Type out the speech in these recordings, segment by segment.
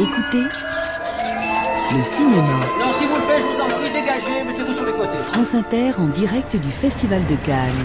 Écoutez le cinéma. Non, s'il vous plaît, je vous en prie, dégagez, mettez-vous sur les côtés. France Inter en direct du Festival de Cannes.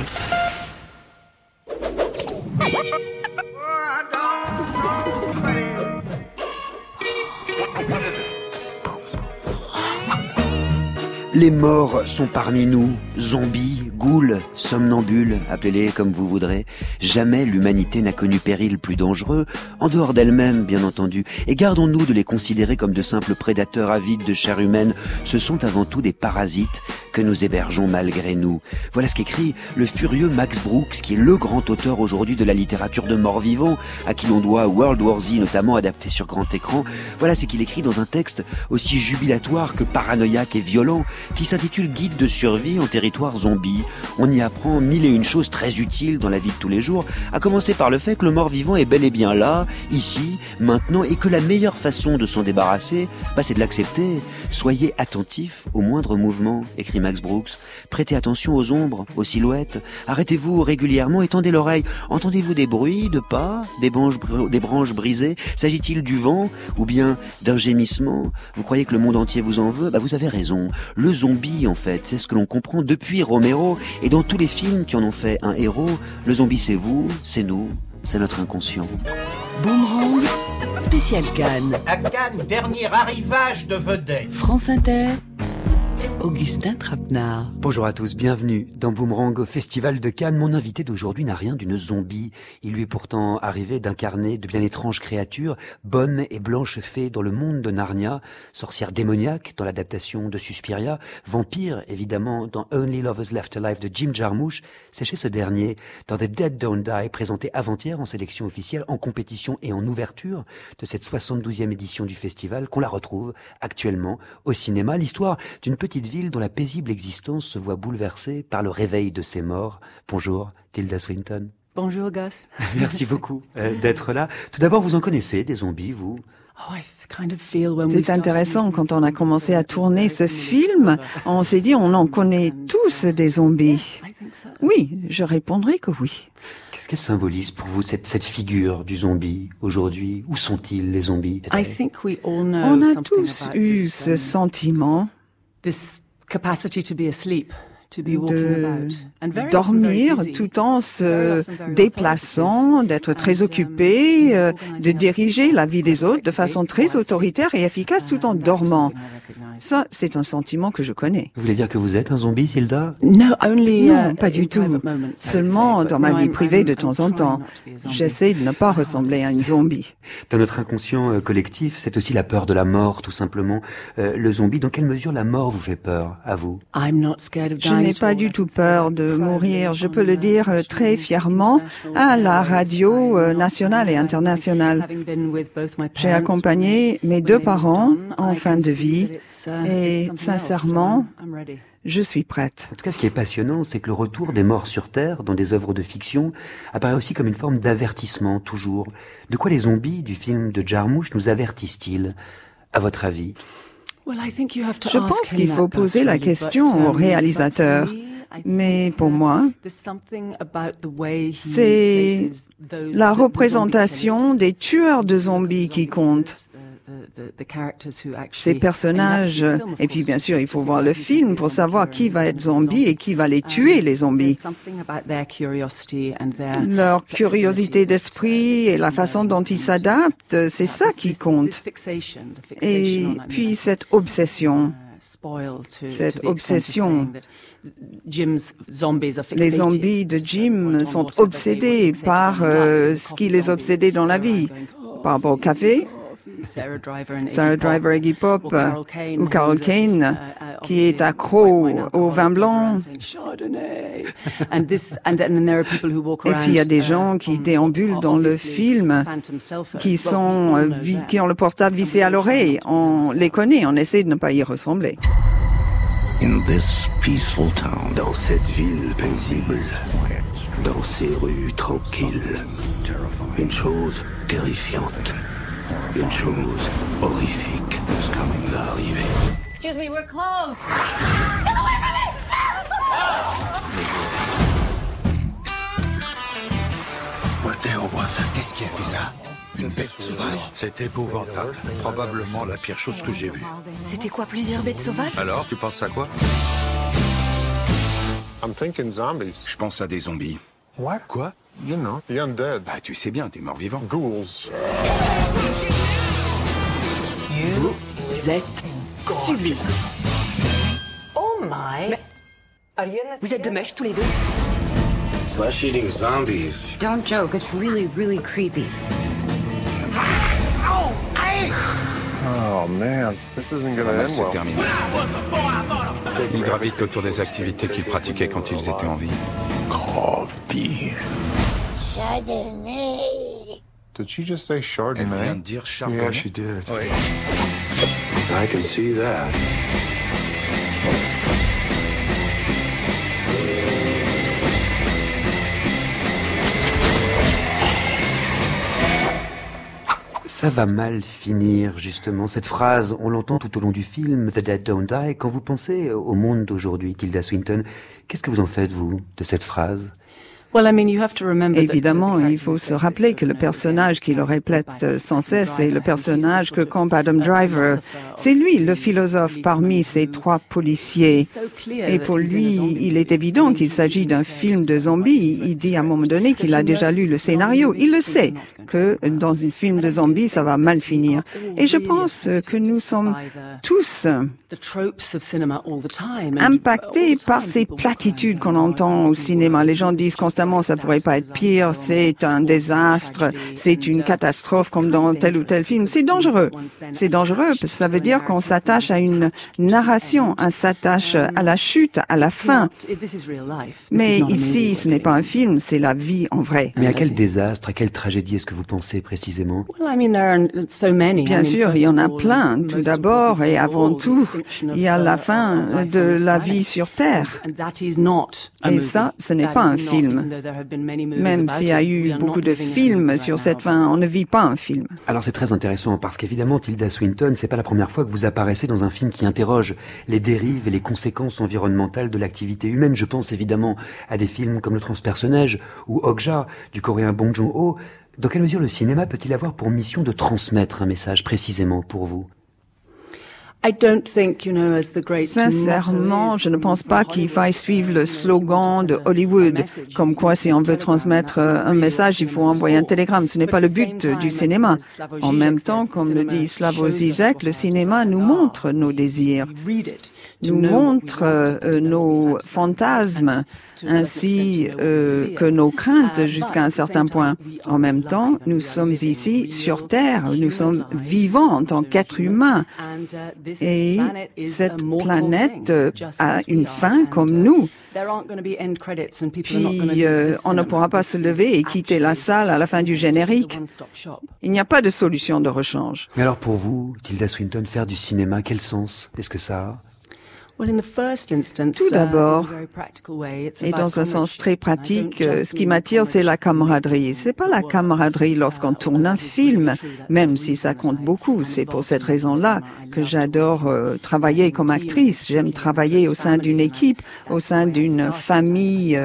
Les morts sont parmi nous, zombies, ghouls, somnambules, appelez-les comme vous voudrez. Jamais l'humanité n'a connu péril plus dangereux, en dehors d'elle-même bien entendu. Et gardons-nous de les considérer comme de simples prédateurs avides de chair humaine. Ce sont avant tout des parasites que nous hébergeons malgré nous. Voilà ce qu'écrit le furieux Max Brooks, qui est le grand auteur aujourd'hui de la littérature de morts-vivants, à qui l'on doit World War Z, notamment adapté sur grand écran. Voilà ce qu'il écrit dans un texte aussi jubilatoire que paranoïaque et violent, qui s'intitule Guide de survie en territoire zombie. On y apprend mille et une choses très utiles dans la vie de tous les jours, à commencer par le fait que le mort-vivant est bel et bien là, ici, maintenant, et que la meilleure façon de s'en débarrasser, c'est de l'accepter. Soyez attentifs aux moindres mouvements, écrit Max Brooks. Prêtez attention aux ombres, aux silhouettes. Arrêtez-vous régulièrement et tendez l'oreille. Entendez-vous des bruits, de pas, des branches brisées? S'agit-il du vent ou bien d'un gémissement? Vous croyez que le monde entier vous en veut? Vous avez raison. Le zombie, en fait, c'est ce que l'on comprend depuis Romero, et dans tous les films qui en ont fait un héros. Le zombie, c'est vous, c'est nous, c'est notre inconscient. Boomerang, spécial Cannes. À Cannes, dernier arrivage de vedettes. France Inter, Augustin Trapenard. Bonjour à tous, bienvenue dans Boomerang au Festival de Cannes. Mon invité d'aujourd'hui n'a rien d'une zombie. Il lui est pourtant arrivé d'incarner de bien étranges créatures, bonnes et blanches fées dans le monde de Narnia, sorcière démoniaque dans l'adaptation de Suspiria, vampire évidemment dans Only Lovers Left Alive de Jim Jarmusch. C'est chez ce dernier, dans The Dead Don't Die, présenté avant-hier en sélection officielle, en compétition et en ouverture de cette 72e édition du festival, qu'on la retrouve actuellement au cinéma. L'histoire d'une petite ville dont la paisible existence se voit bouleversée par le réveil de ses morts. Bonjour, Tilda Swinton. Bonjour, Gus. Merci beaucoup d'être là. Tout d'abord, vous en connaissez des zombies, vous? C'est intéressant, quand on a commencé à tourner ce film, on s'est dit on en connaît tous des zombies. Oui, je répondrai que oui. Qu'est-ce qu'elle symbolise pour vous, cette figure du zombie aujourd'hui? Où sont-ils, les zombies? On a tous eu ce sentiment de dormir tout en se déplaçant, d'être très occupé, de diriger la vie des autres de façon très autoritaire et efficace tout en dormant. Ça, c'est un sentiment que je connais. Vous voulez dire que vous êtes un zombie, Tilda? Non, pas du tout. Seulement dans ma vie privée de temps en temps. J'essaie de ne pas ressembler à une zombie. Dans notre inconscient collectif, c'est aussi la peur de la mort, tout simplement. Le zombie, dans quelle mesure la mort vous fait peur, à vous? Je n'ai pas du tout peur de mourir. Je peux le dire très fièrement à la radio nationale et internationale. J'ai accompagné mes deux parents en fin de vie et sincèrement, je suis prête. En tout cas, ce qui est passionnant, c'est que le retour des morts sur Terre dans des œuvres de fiction apparaît aussi comme une forme d'avertissement, toujours. De quoi les zombies du film de Jarmusch nous avertissent-ils, à votre avis? Je pense qu'il faut poser la question au réalisateur. Mais pour moi, c'est la représentation des tueurs de zombies qui compte. Ces personnages, et puis bien sûr, il faut voir le film pour savoir qui va être zombie et qui va les tuer, les zombies. Leur curiosité d'esprit et la façon dont ils s'adaptent, c'est ça qui compte. Et puis cette obsession. Les zombies de Jim sont obsédés par ce qui les obsédait dans la vie, par rapport au café, Sarah Driver et Iggy Pop, ou Carol Kane, qui est accro au vin blanc. Et puis il y a des gens qui déambulent dans le film, qui ont le portable vissé à l'oreille. On les connaît, on essaie de ne pas y ressembler. In this peaceful town, dans cette ville paisible, dans ces rues tranquilles, une chose terrifiante, une chose horrifique va arriver. Excuse me, we're closed. Get away from me! What the hell was it? Qu'est-ce qui a fait ça? Une bête sauvage. C'est épouvantable. Probablement la pire chose que j'ai vue. C'était quoi, plusieurs bêtes sauvages? Alors, tu penses à quoi? Je pense à des zombies. Quoi? Bah, tu sais bien, des morts vivants. Vous êtes sublime. Oh my! Vous êtes de mèche tous les deux? Flesh-eating zombies. Don't joke, it's really, really creepy. Oh man, this isn't Ça gonna va end se well. terminer. Ils gravitent autour des activités qu'ils pratiquaient quand ils étaient en vie. Coffee. Did she just say Elle Chardonnay? vient de dire Yeah, charbonnet. she did. I can see that. Ça va mal finir, justement. Cette phrase, on l'entend tout au long du film, The Dead Don't Die. Quand vous pensez au monde d'aujourd'hui, Tilda Swinton, qu'est-ce que vous en faites, vous, de cette phrase? Évidemment, il faut se rappeler que le personnage qui le répète sans cesse est le personnage que campe Adam Driver. C'est lui, le philosophe, parmi ces trois policiers. Et pour lui, il est évident qu'il s'agit d'un film de zombies. Il dit à un moment donné qu'il a déjà lu le scénario. Il le sait que dans un film de zombies, ça va mal finir. Et je pense que nous sommes tous impactés par ces platitudes qu'on entend au cinéma. Les gens disent constamment ça pourrait pas être pire, c'est un désastre, c'est une catastrophe comme dans tel ou tel film. C'est dangereux. C'est dangereux parce que ça veut dire qu'on s'attache à une narration, on s'attache à la chute, à la fin. Mais ici, ce n'est pas un film, c'est la vie en vrai. Mais à quel désastre, à quelle tragédie est-ce que vous pensez précisément? Bien sûr, il y en a plein. Tout d'abord et avant tout, il y a la fin de la vie sur Terre. Et ça, ce n'est pas un film. Même s'il y a eu beaucoup de films sur cette fin, on ne vit pas un film. Alors c'est très intéressant parce qu'évidemment, Tilda Swinton, c'est pas la première fois que vous apparaissez dans un film qui interroge les dérives et les conséquences environnementales de l'activité humaine. Je pense évidemment à des films comme Le Transpersonnage ou Okja du coréen Bong Joon-ho. Dans quelle mesure le cinéma peut-il avoir pour mission de transmettre un message précisément pour vous? Sincèrement, je ne pense pas qu'il faille suivre le slogan de Hollywood, comme quoi si on veut transmettre un message, il faut envoyer un télégramme. Ce n'est pas le but du cinéma. En même temps, comme le dit Slavoj Žižek, le cinéma nous montre nos désirs, nous montre nos fantasmes, ainsi que nos craintes jusqu'à un certain point. En même temps, nous sommes ici sur Terre, nous sommes vivants en tant qu'êtres humains. Et cette planète a une fin comme nous. Puis on ne pourra pas se lever et quitter la salle à la fin du générique. Il n'y a pas de solution de rechange. Mais alors pour vous, Tilda Swinton, faire du cinéma, quel sens est-ce que ça a? Tout d'abord, et dans un sens très pratique, ce qui m'attire, c'est la camaraderie. C'est pas la camaraderie lorsqu'on tourne un film, même si ça compte beaucoup. C'est pour cette raison-là que j'adore travailler comme actrice. J'aime travailler au sein d'une équipe, au sein d'une famille.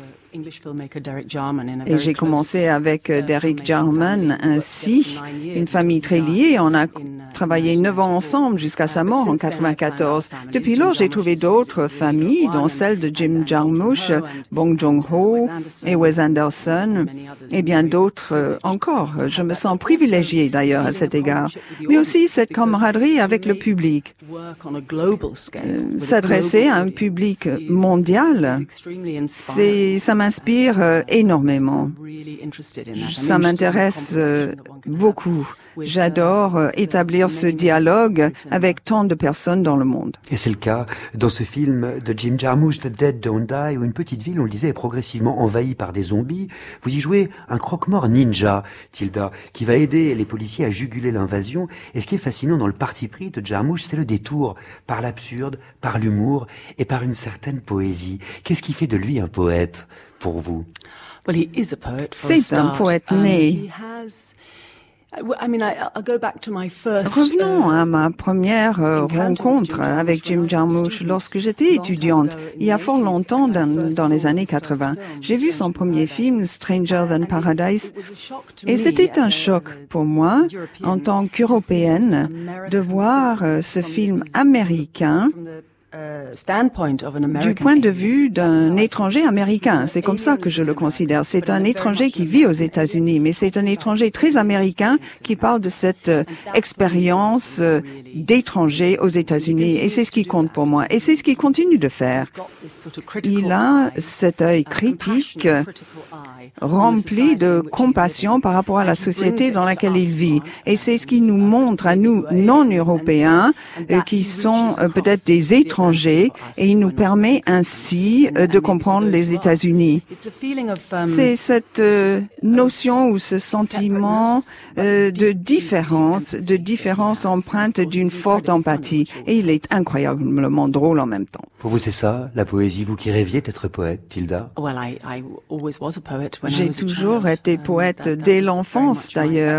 Et j'ai commencé avec Derek Jarman, ainsi une famille très liée. On a travaillé 9 ans ensemble jusqu'à sa mort en 94. Depuis lors, j'ai trouvé d'autres familles, dont celle de Jim Jarmusch, Bong Joon-ho et Wes Anderson, et bien d'autres encore. Je me sens privilégiée d'ailleurs à cet égard. Mais aussi cette camaraderie avec le public. S'adresser à un public mondial, ça m'inspire énormément. Ça m'intéresse beaucoup. J'adore établir ce dialogue avec tant de personnes dans le monde. Et c'est le cas dans ce film de Jim Jarmusch, The Dead Don't Die, où une petite ville, on le disait, est progressivement envahie par des zombies. Vous y jouez un croque-mort ninja, Tilda, qui va aider les policiers à juguler l'invasion. Et ce qui est fascinant dans le parti pris de Jarmusch, c'est le détour par l'absurde, par l'humour et par une certaine poésie. Qu'est-ce qui fait de lui un poète pour vous? C'est un poète né. Revenons à ma première rencontre avec Jim Jarmusch lorsque j'étais étudiante, il y a fort longtemps, dans les années 80. J'ai vu son premier film, Stranger Than Paradise, et c'était un choc pour moi, en tant qu'Européenne, de voir ce film américain du point de vue d'un étranger américain. C'est comme ça que je le considère. C'est un étranger qui vit aux États-Unis, mais c'est un étranger très américain qui parle de cette expérience d'étranger aux États-Unis. Et c'est ce qui compte pour moi. Et c'est ce qu'il continue de faire. Il a cet œil critique rempli de compassion par rapport à la société dans laquelle il vit. Et c'est ce qui nous montre à nous, non-Européens, qui sont peut-être des étrangers, et il nous permet ainsi de comprendre les États-Unis. C'est cette notion ou ce sentiment de différence empreinte d'une forte empathie. Et il est incroyablement drôle en même temps. Pour vous, c'est ça, la poésie, vous qui rêviez d'être poète, Tilda? J'ai toujours été poète dès l'enfance, d'ailleurs.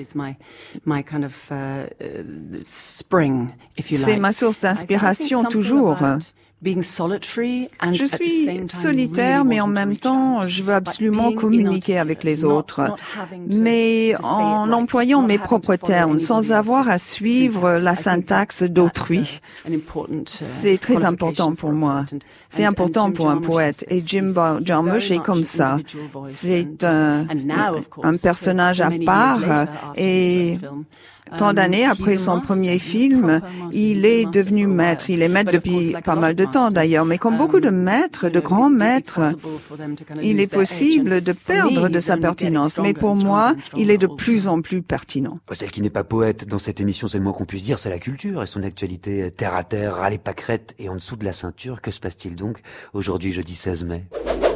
C'est ma source d'inspiration toujours. Je suis solitaire, mais en même temps, je veux absolument communiquer avec les autres, mais en employant mes propres termes, sans avoir à suivre la syntaxe d'autrui. C'est très important pour moi. C'est important pour un poète. Et Jim Jarmusch est comme ça. C'est un personnage à part et tant d'années après son premier film, il est devenu maître. Il est maître depuis pas mal de temps d'ailleurs, mais comme beaucoup de maîtres, de grands maîtres, il est possible de perdre de sa pertinence. Mais pour moi, il est de plus en plus pertinent. Celle qui n'est pas poète dans cette émission, c'est le moins qu'on puisse dire, c'est la culture et son actualité terre à terre, à les pâquerettes et en dessous de la ceinture. Que se passe-t-il donc aujourd'hui, jeudi 16 mai?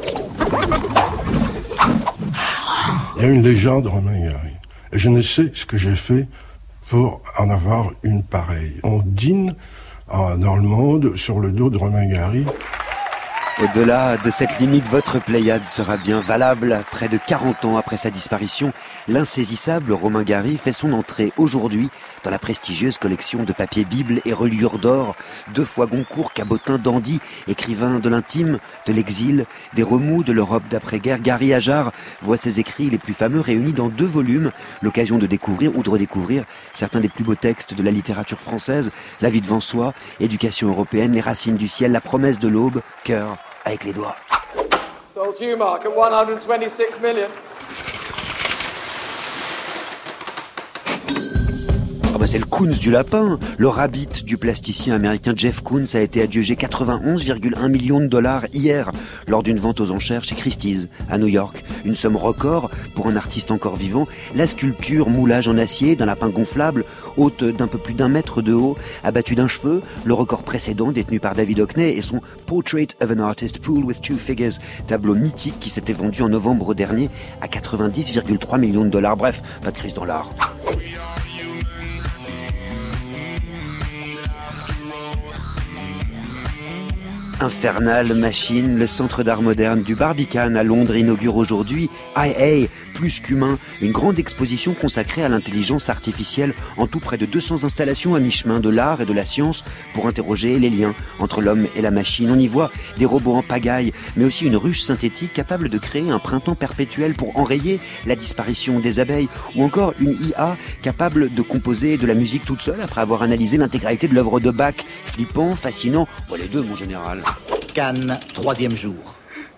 Il y a une légende Romain Gary. Et je ne sais ce que j'ai fait pour en avoir une pareille. On dîne dans le monde sur le dos de Romain Gary. Au-delà de cette limite, votre Pléiade sera bien valable. Près de 40 ans après sa disparition, l'insaisissable Romain Gary fait son entrée aujourd'hui dans la prestigieuse collection de papier Bible et reliures d'or. 2 fois Goncourt, cabotin, dandy, écrivain de l'intime, de l'exil, des remous de l'Europe d'après-guerre. Gary Ajar voit ses écrits les plus fameux réunis dans 2 volumes. L'occasion de découvrir ou de redécouvrir certains des plus beaux textes de la littérature française. La vie devant soi, éducation européenne, les racines du ciel, la promesse de l'aube, cœur avec les doigts. Sold to you, Mark, at 126 million. C'est le Koons du lapin. Le rabbit du plasticien américain Jeff Koons a été adjugé 91,1 millions de dollars hier lors d'une vente aux enchères chez Christie's à New York. Une somme record pour un artiste encore vivant. La sculpture moulage en acier d'un lapin gonflable, haute d'un peu plus d'1 mètre de haut, abattu d'un cheveu, le record précédent détenu par David Hockney et son Portrait of an Artist Pool with Two Figures, tableau mythique qui s'était vendu en novembre dernier à 90,3 millions de dollars. Bref, pas de crise dans l'art. Infernal Machine, le centre d'art moderne du Barbican à Londres inaugure aujourd'hui IA, plus qu'humain, une grande exposition consacrée à l'intelligence artificielle, en tout près de 200 installations à mi-chemin de l'art et de la science pour interroger les liens entre l'homme et la machine. On y voit des robots en pagaille, mais aussi une ruche synthétique capable de créer un printemps perpétuel pour enrayer la disparition des abeilles, ou encore une IA capable de composer de la musique toute seule après avoir analysé l'intégralité de l'œuvre de Bach. Flippant, fascinant, les deux mon général. Cannes, 3e jour.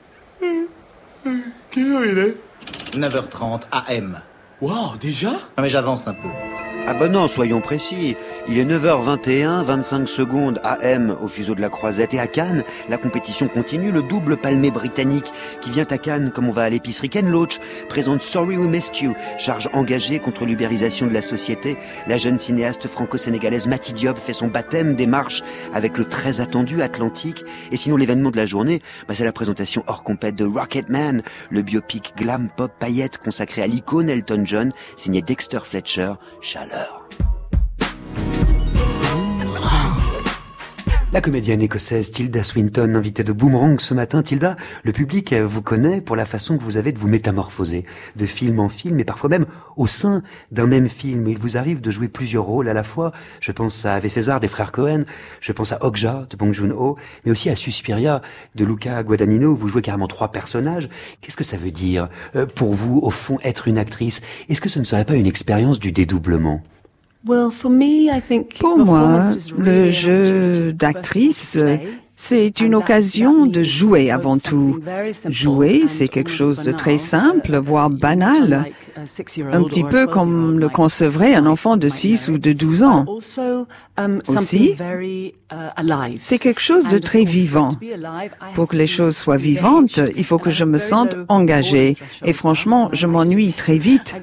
Quelle heure il est? 9h30 AM. Wow, déjà? Ah mais j'avance un peu. Ah bah non, soyons précis. Il est 9h21, 25 secondes AM au fuseau de la Croisette. Et à Cannes, la compétition continue. Le double palmé britannique qui vient à Cannes comme on va à l'épicerie. Ken Loach présente Sorry We Missed You, charge engagée contre l'ubérisation de la société. La jeune cinéaste franco-sénégalaise Mati Diop fait son baptême des marches avec le très attendu Atlantique. Et sinon, l'événement de la journée, c'est la présentation hors compète de Rocketman, le biopic glam pop paillette consacré à l'icône Elton John, signé Dexter Fletcher. Chaleur. La comédienne écossaise Tilda Swinton, invitée de Boomerang ce matin. Tilda, le public vous connaît pour la façon que vous avez de vous métamorphoser, de film en film, et parfois même au sein d'un même film. Il vous arrive de jouer plusieurs rôles à la fois. Je pense à Ave César des frères Cohen, je pense à Okja de Bong Joon-ho, mais aussi à Suspiria de Luca Guadagnino, où vous jouez carrément 3 personnages. Qu'est-ce que ça veut dire pour vous, au fond, être une actrice? Est-ce que ce ne serait pas une expérience du dédoublement? Pour moi, le jeu d'actrice, c'est une occasion de jouer avant tout. Jouer, c'est quelque chose de très simple, voire banal, un petit peu comme le concevrait un enfant de 6 ou de 12 ans. Aussi, c'est quelque chose de très vivant. Pour que les choses soient vivantes, il faut que je me sente engagée. Et franchement, je m'ennuie très vite.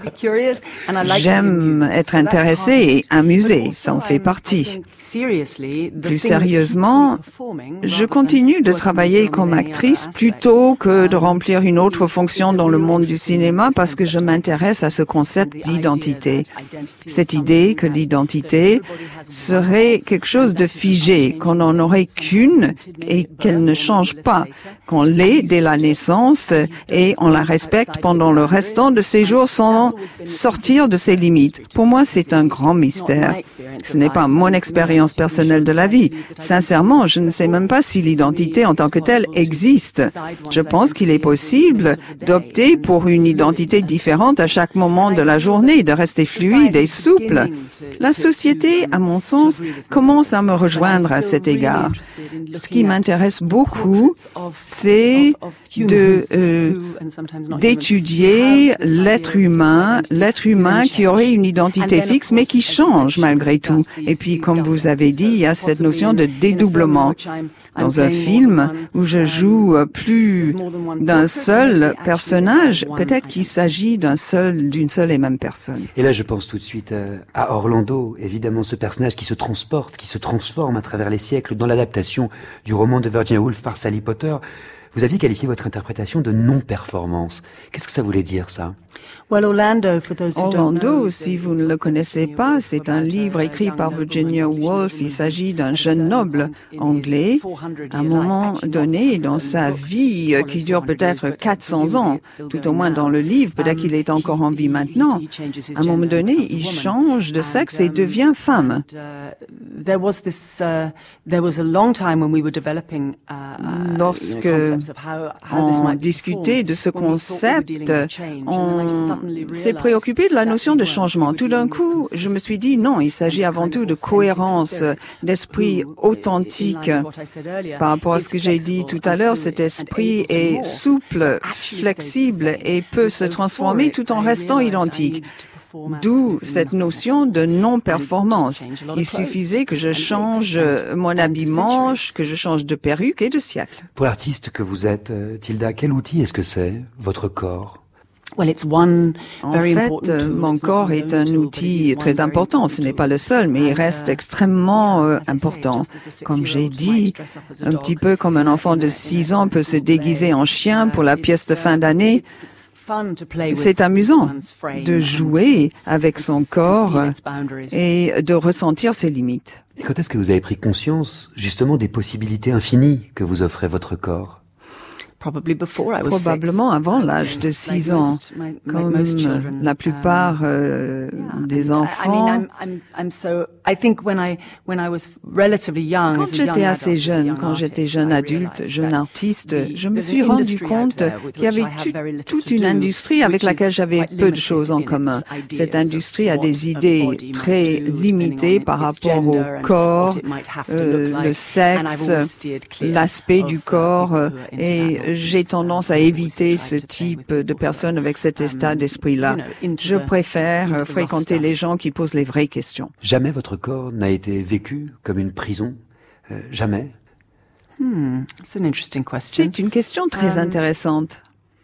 J'aime être intéressée et amusée, ça en fait partie. Plus sérieusement, je continue de travailler comme actrice plutôt que de remplir une autre fonction dans le monde du cinéma parce que je m'intéresse à ce concept d'identité. Cette idée que l'identité serait quelque chose de figé, qu'on n'en aurait qu'une et qu'elle ne change pas, qu'on l'est dès la naissance et on la respecte pendant le restant de ses jours sans sortir de ses limites. Pour moi, c'est un grand mystère. Ce n'est pas mon expérience personnelle de la vie. Sincèrement, je ne sais même pas si l'identité en tant que telle existe. Je pense qu'il est possible d'opter pour une identité différente à chaque moment de la journée, de rester fluide et souple. La société, à mon sens, commence à me rejoindre à cet égard. Ce qui m'intéresse beaucoup, c'est d'étudier l'être humain qui aurait une identité fixe mais qui change malgré tout. Et puis, comme vous avez dit, il y a cette notion de dédoublement. Dans un film où je joue plus d'un seul personnage, peut-être qu'il s'agit d'une seule et même personne. Et là, je pense tout de suite à Orlando, évidemment, ce personnage qui se transporte, qui se transforme à travers les siècles dans l'adaptation du roman de Virginia Woolf par Sally Potter. Vous aviez qualifié votre interprétation de non-performance. Qu'est-ce que ça voulait dire, ça? Orlando, si vous ne le connaissez pas, c'est un livre écrit par Virginia Woolf. Il s'agit d'un jeune noble anglais. À un moment donné, dans sa vie, qui dure peut-être 400 ans, tout au moins dans le livre, peut-être qu'il est encore en vie maintenant. À un moment donné, il change de sexe et devient femme. Lorsque on discutait de ce concept, on s'est préoccupé de la notion de changement. Tout d'un coup, je me suis dit non, il s'agit avant tout de cohérence, d'esprit authentique. Par rapport à ce que j'ai dit tout à l'heure, cet esprit est souple, flexible et peut se transformer tout en restant identique. D'où cette notion de non-performance. Il suffisait que je change mon habillement, que je change de perruque et de siècle. Pour l'artiste que vous êtes, Tilda, quel outil est-ce que c'est, votre corps? En fait, mon corps est un outil très important. Ce n'est pas le seul, mais il reste extrêmement important. Comme j'ai dit, un petit peu comme un enfant de 6 ans peut se déguiser en chien pour la pièce de fin d'année. C'est amusant de jouer avec son corps et de ressentir ses limites. Et quand est-ce que vous avez pris conscience, justement, des possibilités infinies que vous offrait votre corps? Probablement avant l'âge de 6 ans, comme la plupart des enfants. Quand j'étais assez jeune, quand j'étais jeune adulte, jeune artiste, je me suis rendu compte qu'il y avait toute une industrie avec laquelle j'avais peu de choses en commun. Cette industrie a des idées très limitées par rapport au corps, le sexe, l'aspect du corps, et j'ai tendance à éviter ce type de personnes avec cet état d'esprit-là. Je préfère fréquenter les gens qui posent les vraies questions. Jamais votre corps n'a été vécu comme une prison? Jamais? C'est une question très intéressante.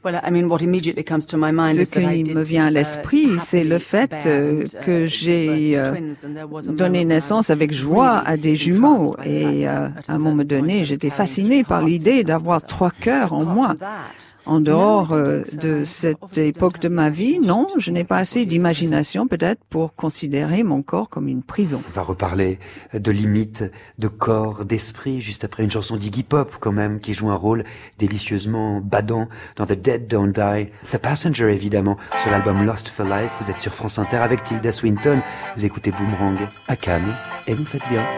Ce qui me vient à l'esprit, c'est le fait que j'ai donné naissance avec joie à des jumeaux et à un moment donné, j'étais fascinée par l'idée d'avoir 3 cœurs en moi. En dehors de cette époque de ma vie, non, je n'ai pas assez d'imagination peut-être pour considérer mon corps comme une prison. On va reparler de limites, de corps, d'esprit, juste après une chanson d'Iggy Pop quand même, qui joue un rôle délicieusement badant dans The Dead Don't Die. The Passenger évidemment, sur l'album Lost for Life. Vous êtes sur France Inter avec Tilda Swinton. Vous écoutez Boomerang à Cannes et vous faites bien.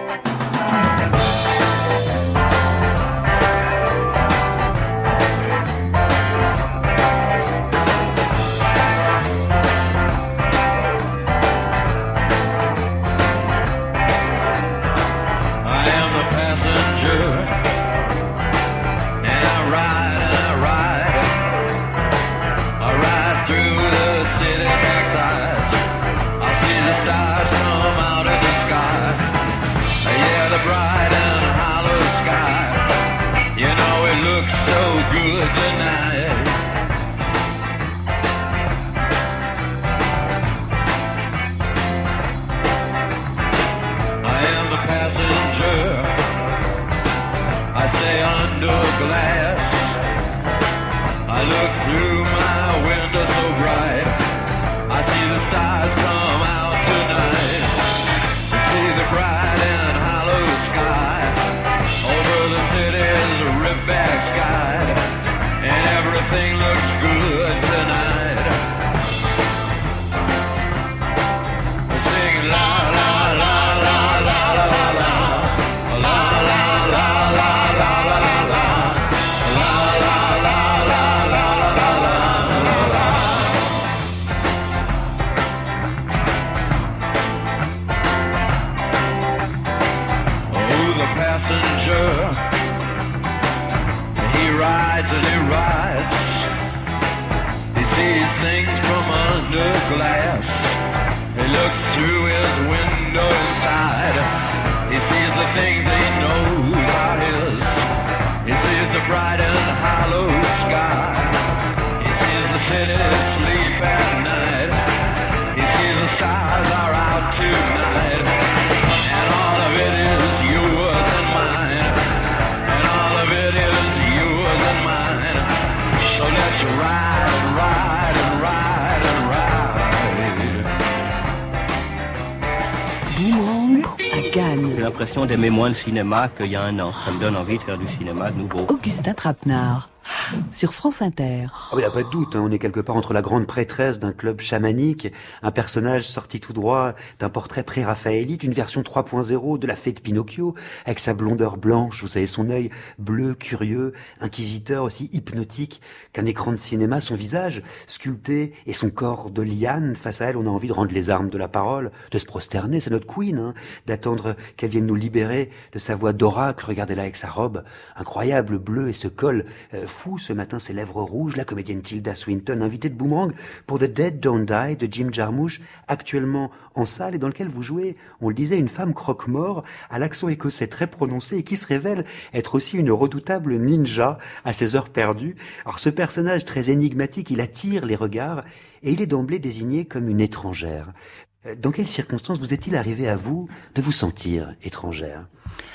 J'ai l'impression d'aimer moins le cinéma qu'il y a un an. Ça me donne envie de faire du cinéma de nouveau. Augustin Trapenard, sur France Inter. Il n'y a pas de doute, on est quelque part entre la grande prêtresse d'un club chamanique, un personnage sorti tout droit d'un portrait pré-raphaélite, une version 3.0 de la fée de Pinocchio, avec sa blondeur blanche, vous savez, son œil bleu, curieux, inquisiteur, aussi hypnotique qu'un écran de cinéma, son visage sculpté et son corps de liane. Face à elle, on a envie de rendre les armes de la parole, de se prosterner, c'est notre queen, d'attendre qu'elle vienne nous libérer de sa voix d'oracle. Regardez-la avec sa robe incroyable, bleue, et ce col fou ce matin, ses lèvres rouges, la comédienne Tilda Swinton, invitée de Boomerang pour The Dead Don't Die de Jim Jarmusch, actuellement en salle et dans lequel vous jouez, on le disait, une femme croque-mort à l'accent écossais très prononcé et qui se révèle être aussi une redoutable ninja à ses heures perdues. Alors ce personnage très énigmatique, il attire les regards et il est d'emblée désigné comme une étrangère. Dans quelles circonstances vous est-il arrivé à vous de vous sentir étrangère ?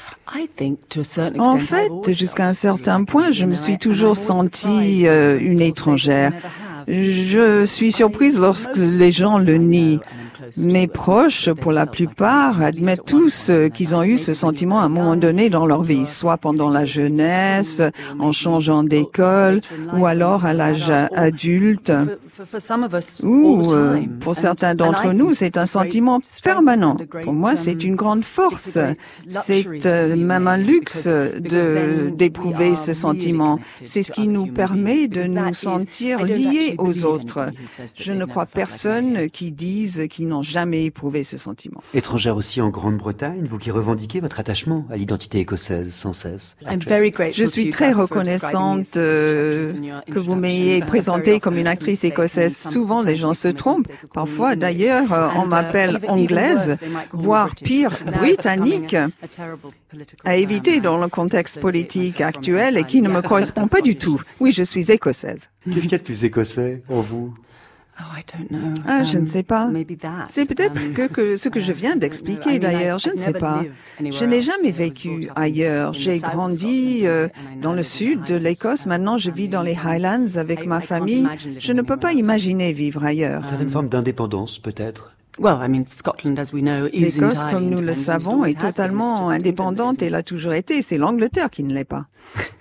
En fait, jusqu'à un certain point, je me suis toujours sentie une étrangère. Je suis surprise lorsque les gens le nient. Mes proches, pour la plupart, admettent tous qu'ils ont eu ce sentiment à un moment donné dans leur vie, soit pendant la jeunesse, en changeant d'école, ou alors à l'âge adulte. Ou, pour certains d'entre nous, c'est un sentiment permanent. Pour moi, c'est une grande force. C'est même un luxe d'éprouver ce sentiment. C'est ce qui nous permet de nous sentir liés aux autres. Je ne crois personne qui dise qu'ils n'ont jamais éprouvé ce sentiment. Étrangère aussi en Grande-Bretagne, vous qui revendiquez votre attachement à l'identité écossaise sans cesse. Je suis très reconnaissante que vous m'ayez présentée comme une actrice écossaise. Souvent, les gens se trompent. Parfois, d'ailleurs, on m'appelle anglaise, voire pire, britannique, à éviter dans le contexte politique actuel et qui ne me correspond pas du tout. Oui, je suis écossaise. Qu'est-ce qu'il y a de plus écossais en vous ? Je ne sais pas. C'est peut-être ce que je viens d'expliquer d'ailleurs, je ne sais pas. Je n'ai jamais vécu ailleurs. J'ai grandi dans le sud de l'Écosse. Maintenant, je vis dans les Highlands avec ma famille. Je ne peux pas imaginer vivre ailleurs. Une certaine forme d'indépendance, peut-être. L'Écosse, comme nous le savons, est totalement indépendante et l'a toujours été. C'est l'Angleterre qui ne l'est pas.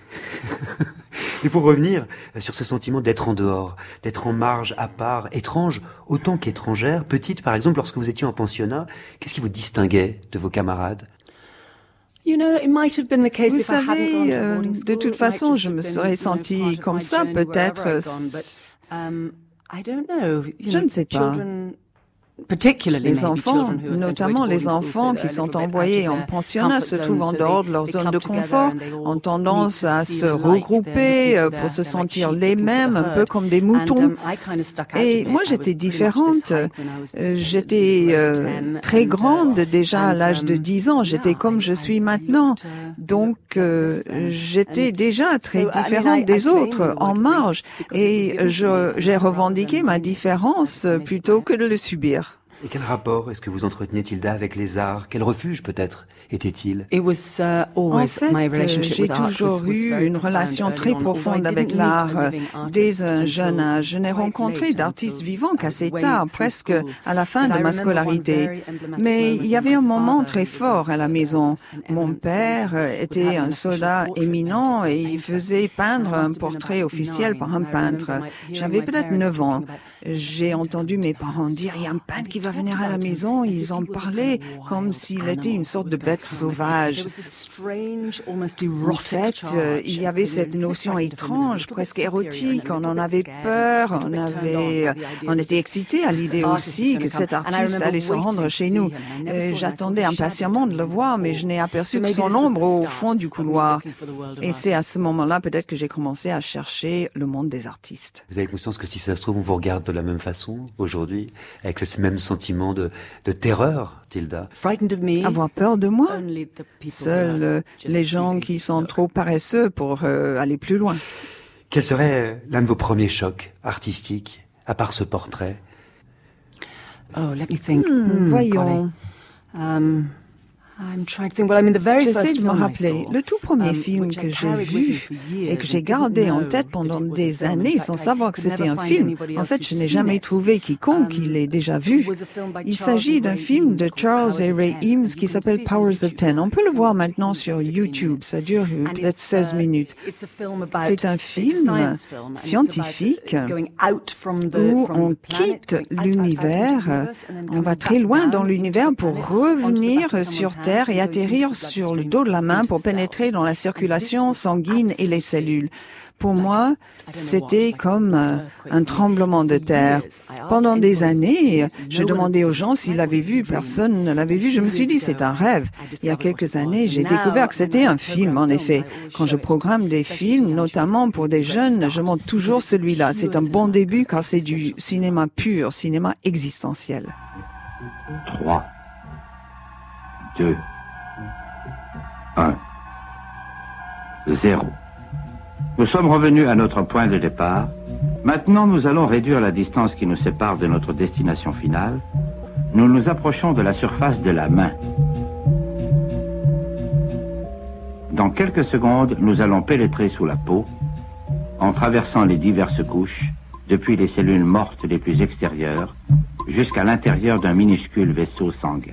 Et pour revenir sur ce sentiment d'être en dehors, d'être en marge, à part, étrange autant qu'étrangère, petite par exemple, lorsque vous étiez en pensionnat, qu'est-ce qui vous distinguait de vos camarades ? Vous savez, de toute façon, je me serais sentie comme ça, peut-être. Je ne sais pas. Les enfants, notamment les enfants qui sont envoyés en pensionnat, se trouvent en dehors de leur zone de confort, ont tendance à se regrouper pour se sentir les mêmes, un peu comme des moutons. Et moi, j'étais différente. J'étais très grande déjà à l'âge de 10 ans. J'étais comme je suis maintenant. Donc, j'étais déjà très différente des autres, en marge. Et j'ai revendiqué ma différence plutôt que de le subir. Et quel rapport est-ce que vous entreteniez, Tilda, avec les arts ? Quel refuge, peut-être, était-il ? En fait, j'ai toujours eu une relation très profonde avec l'art dès un jeune âge. Je n'ai rencontré d'artistes vivants qu'assez tard, presque à la fin de ma scolarité. Mais il y avait un moment très fort à la maison. Mon père était un soldat éminent et il faisait peindre un portrait officiel par un peintre. J'avais peut-être 9 ans. J'ai entendu mes parents dire, il y a un peintre qui va venir à la maison. Ils en parlaient comme s'il était une sorte de bête sauvage. En fait, il y avait cette notion étrange, presque érotique. On en avait peur, on était excités à l'idée aussi que cet artiste allait se rendre chez nous. J'attendais impatiemment de le voir, mais je n'ai aperçu que son ombre au fond du couloir. Et c'est à ce moment-là peut-être que j'ai commencé à chercher le monde des artistes. Vous avez conscience que si ça se trouve, on vous regarde de la même façon aujourd'hui, avec ce même sentiment de terreur, Tilda? Avoir peur de moi? Seuls les gens qui sont trop paresseux pour aller plus loin. Quel serait l'un de vos premiers chocs artistiques, à part ce portrait? Voyons. J'essaie de me rappeler. Le tout premier film que j'ai vu et que j'ai gardé en tête pendant des années sans savoir que c'était un film. En fait, je n'ai jamais trouvé quiconque qui l'ait déjà vu. Il s'agit d'un film de Charles et Ray Eames qui s'appelle Powers of Ten. On peut le voir maintenant sur YouTube. Ça dure peut-être 16 minutes. C'est un film scientifique où on quitte l'univers. On va très loin dans l'univers pour revenir sur Terre et atterrir sur le dos de la main pour pénétrer dans la circulation sanguine et les cellules. Pour moi, c'était comme un tremblement de terre. Pendant des années, je demandais aux gens s'ils l'avaient vu. Personne ne l'avait vu. Je me suis dit, c'est un rêve. Il y a quelques années, j'ai découvert que c'était un film, en effet. Quand je programme des films, notamment pour des jeunes, je montre toujours celui-là. C'est un bon début car c'est du cinéma pur, cinéma existentiel. 3, 2, 1, 0. Nous sommes revenus à notre point de départ. Maintenant, nous allons réduire la distance qui nous sépare de notre destination finale. Nous nous approchons de la surface de la main. Dans quelques secondes, nous allons pénétrer sous la peau, en traversant les diverses couches, depuis les cellules mortes les plus extérieures, jusqu'à l'intérieur d'un minuscule vaisseau sanguin.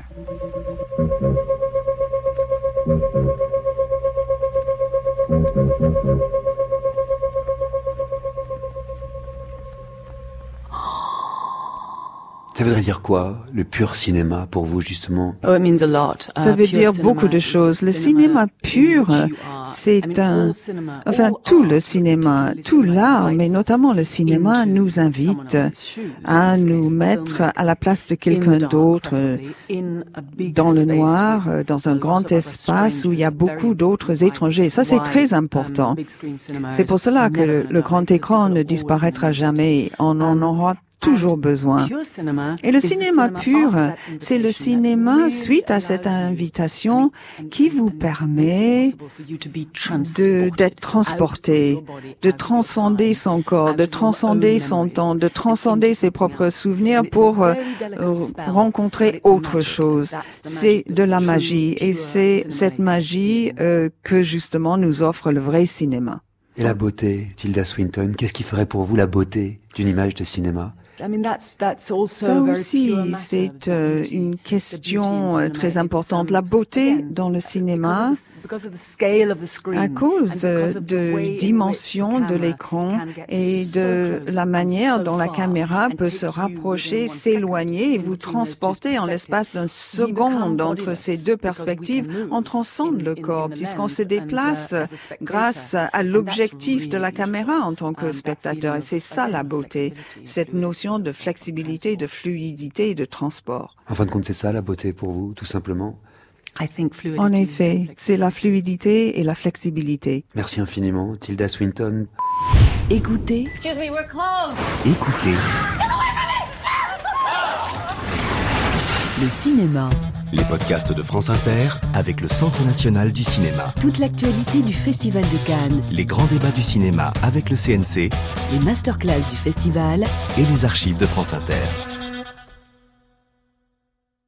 Ça voudrait dire quoi, le pur cinéma, pour vous, justement? Ça veut dire beaucoup de choses. Le cinéma pur, c'est tout le cinéma, tout l'art, mais notamment le cinéma nous invite à nous mettre à la place de quelqu'un d'autre, dans le noir, dans un grand espace où il y a beaucoup d'autres étrangers. Ça, c'est très important. C'est pour cela que le grand écran ne disparaîtra jamais. On en aura toujours besoin. Et le cinéma pur, c'est le cinéma suite à cette invitation qui vous permet d'être transporté, de transcender son corps, de transcender son temps, de transcender ses propres souvenirs pour rencontrer autre chose. C'est de la magie et c'est cette magie que justement nous offre le vrai cinéma. Et la beauté, Tilda Swinton, qu'est-ce qui ferait pour vous la beauté d'une image de cinéma ? Ça aussi, c'est une question très importante. La beauté dans le cinéma, à cause de dimension de l'écran et de la manière dont la caméra peut se rapprocher, s'éloigner et vous transporter en l'espace d'une seconde entre ces deux perspectives, on transcende le corps puisqu'on se déplace grâce à l'objectif de la caméra en tant que spectateur. Et c'est ça la beauté, cette notion de flexibilité, de fluidité et de transport. En fin de compte, c'est ça la beauté pour vous, tout simplement? En effet, c'est la fluidité et la flexibilité. Merci infiniment, Tilda Swinton. Écoutez. Excuse me, we're closed. Écoutez. Le cinéma. Les podcasts de France Inter avec le Centre national du cinéma. Toute l'actualité du Festival de Cannes. Les grands débats du cinéma avec le CNC. Les masterclass du festival. Et les archives de France Inter.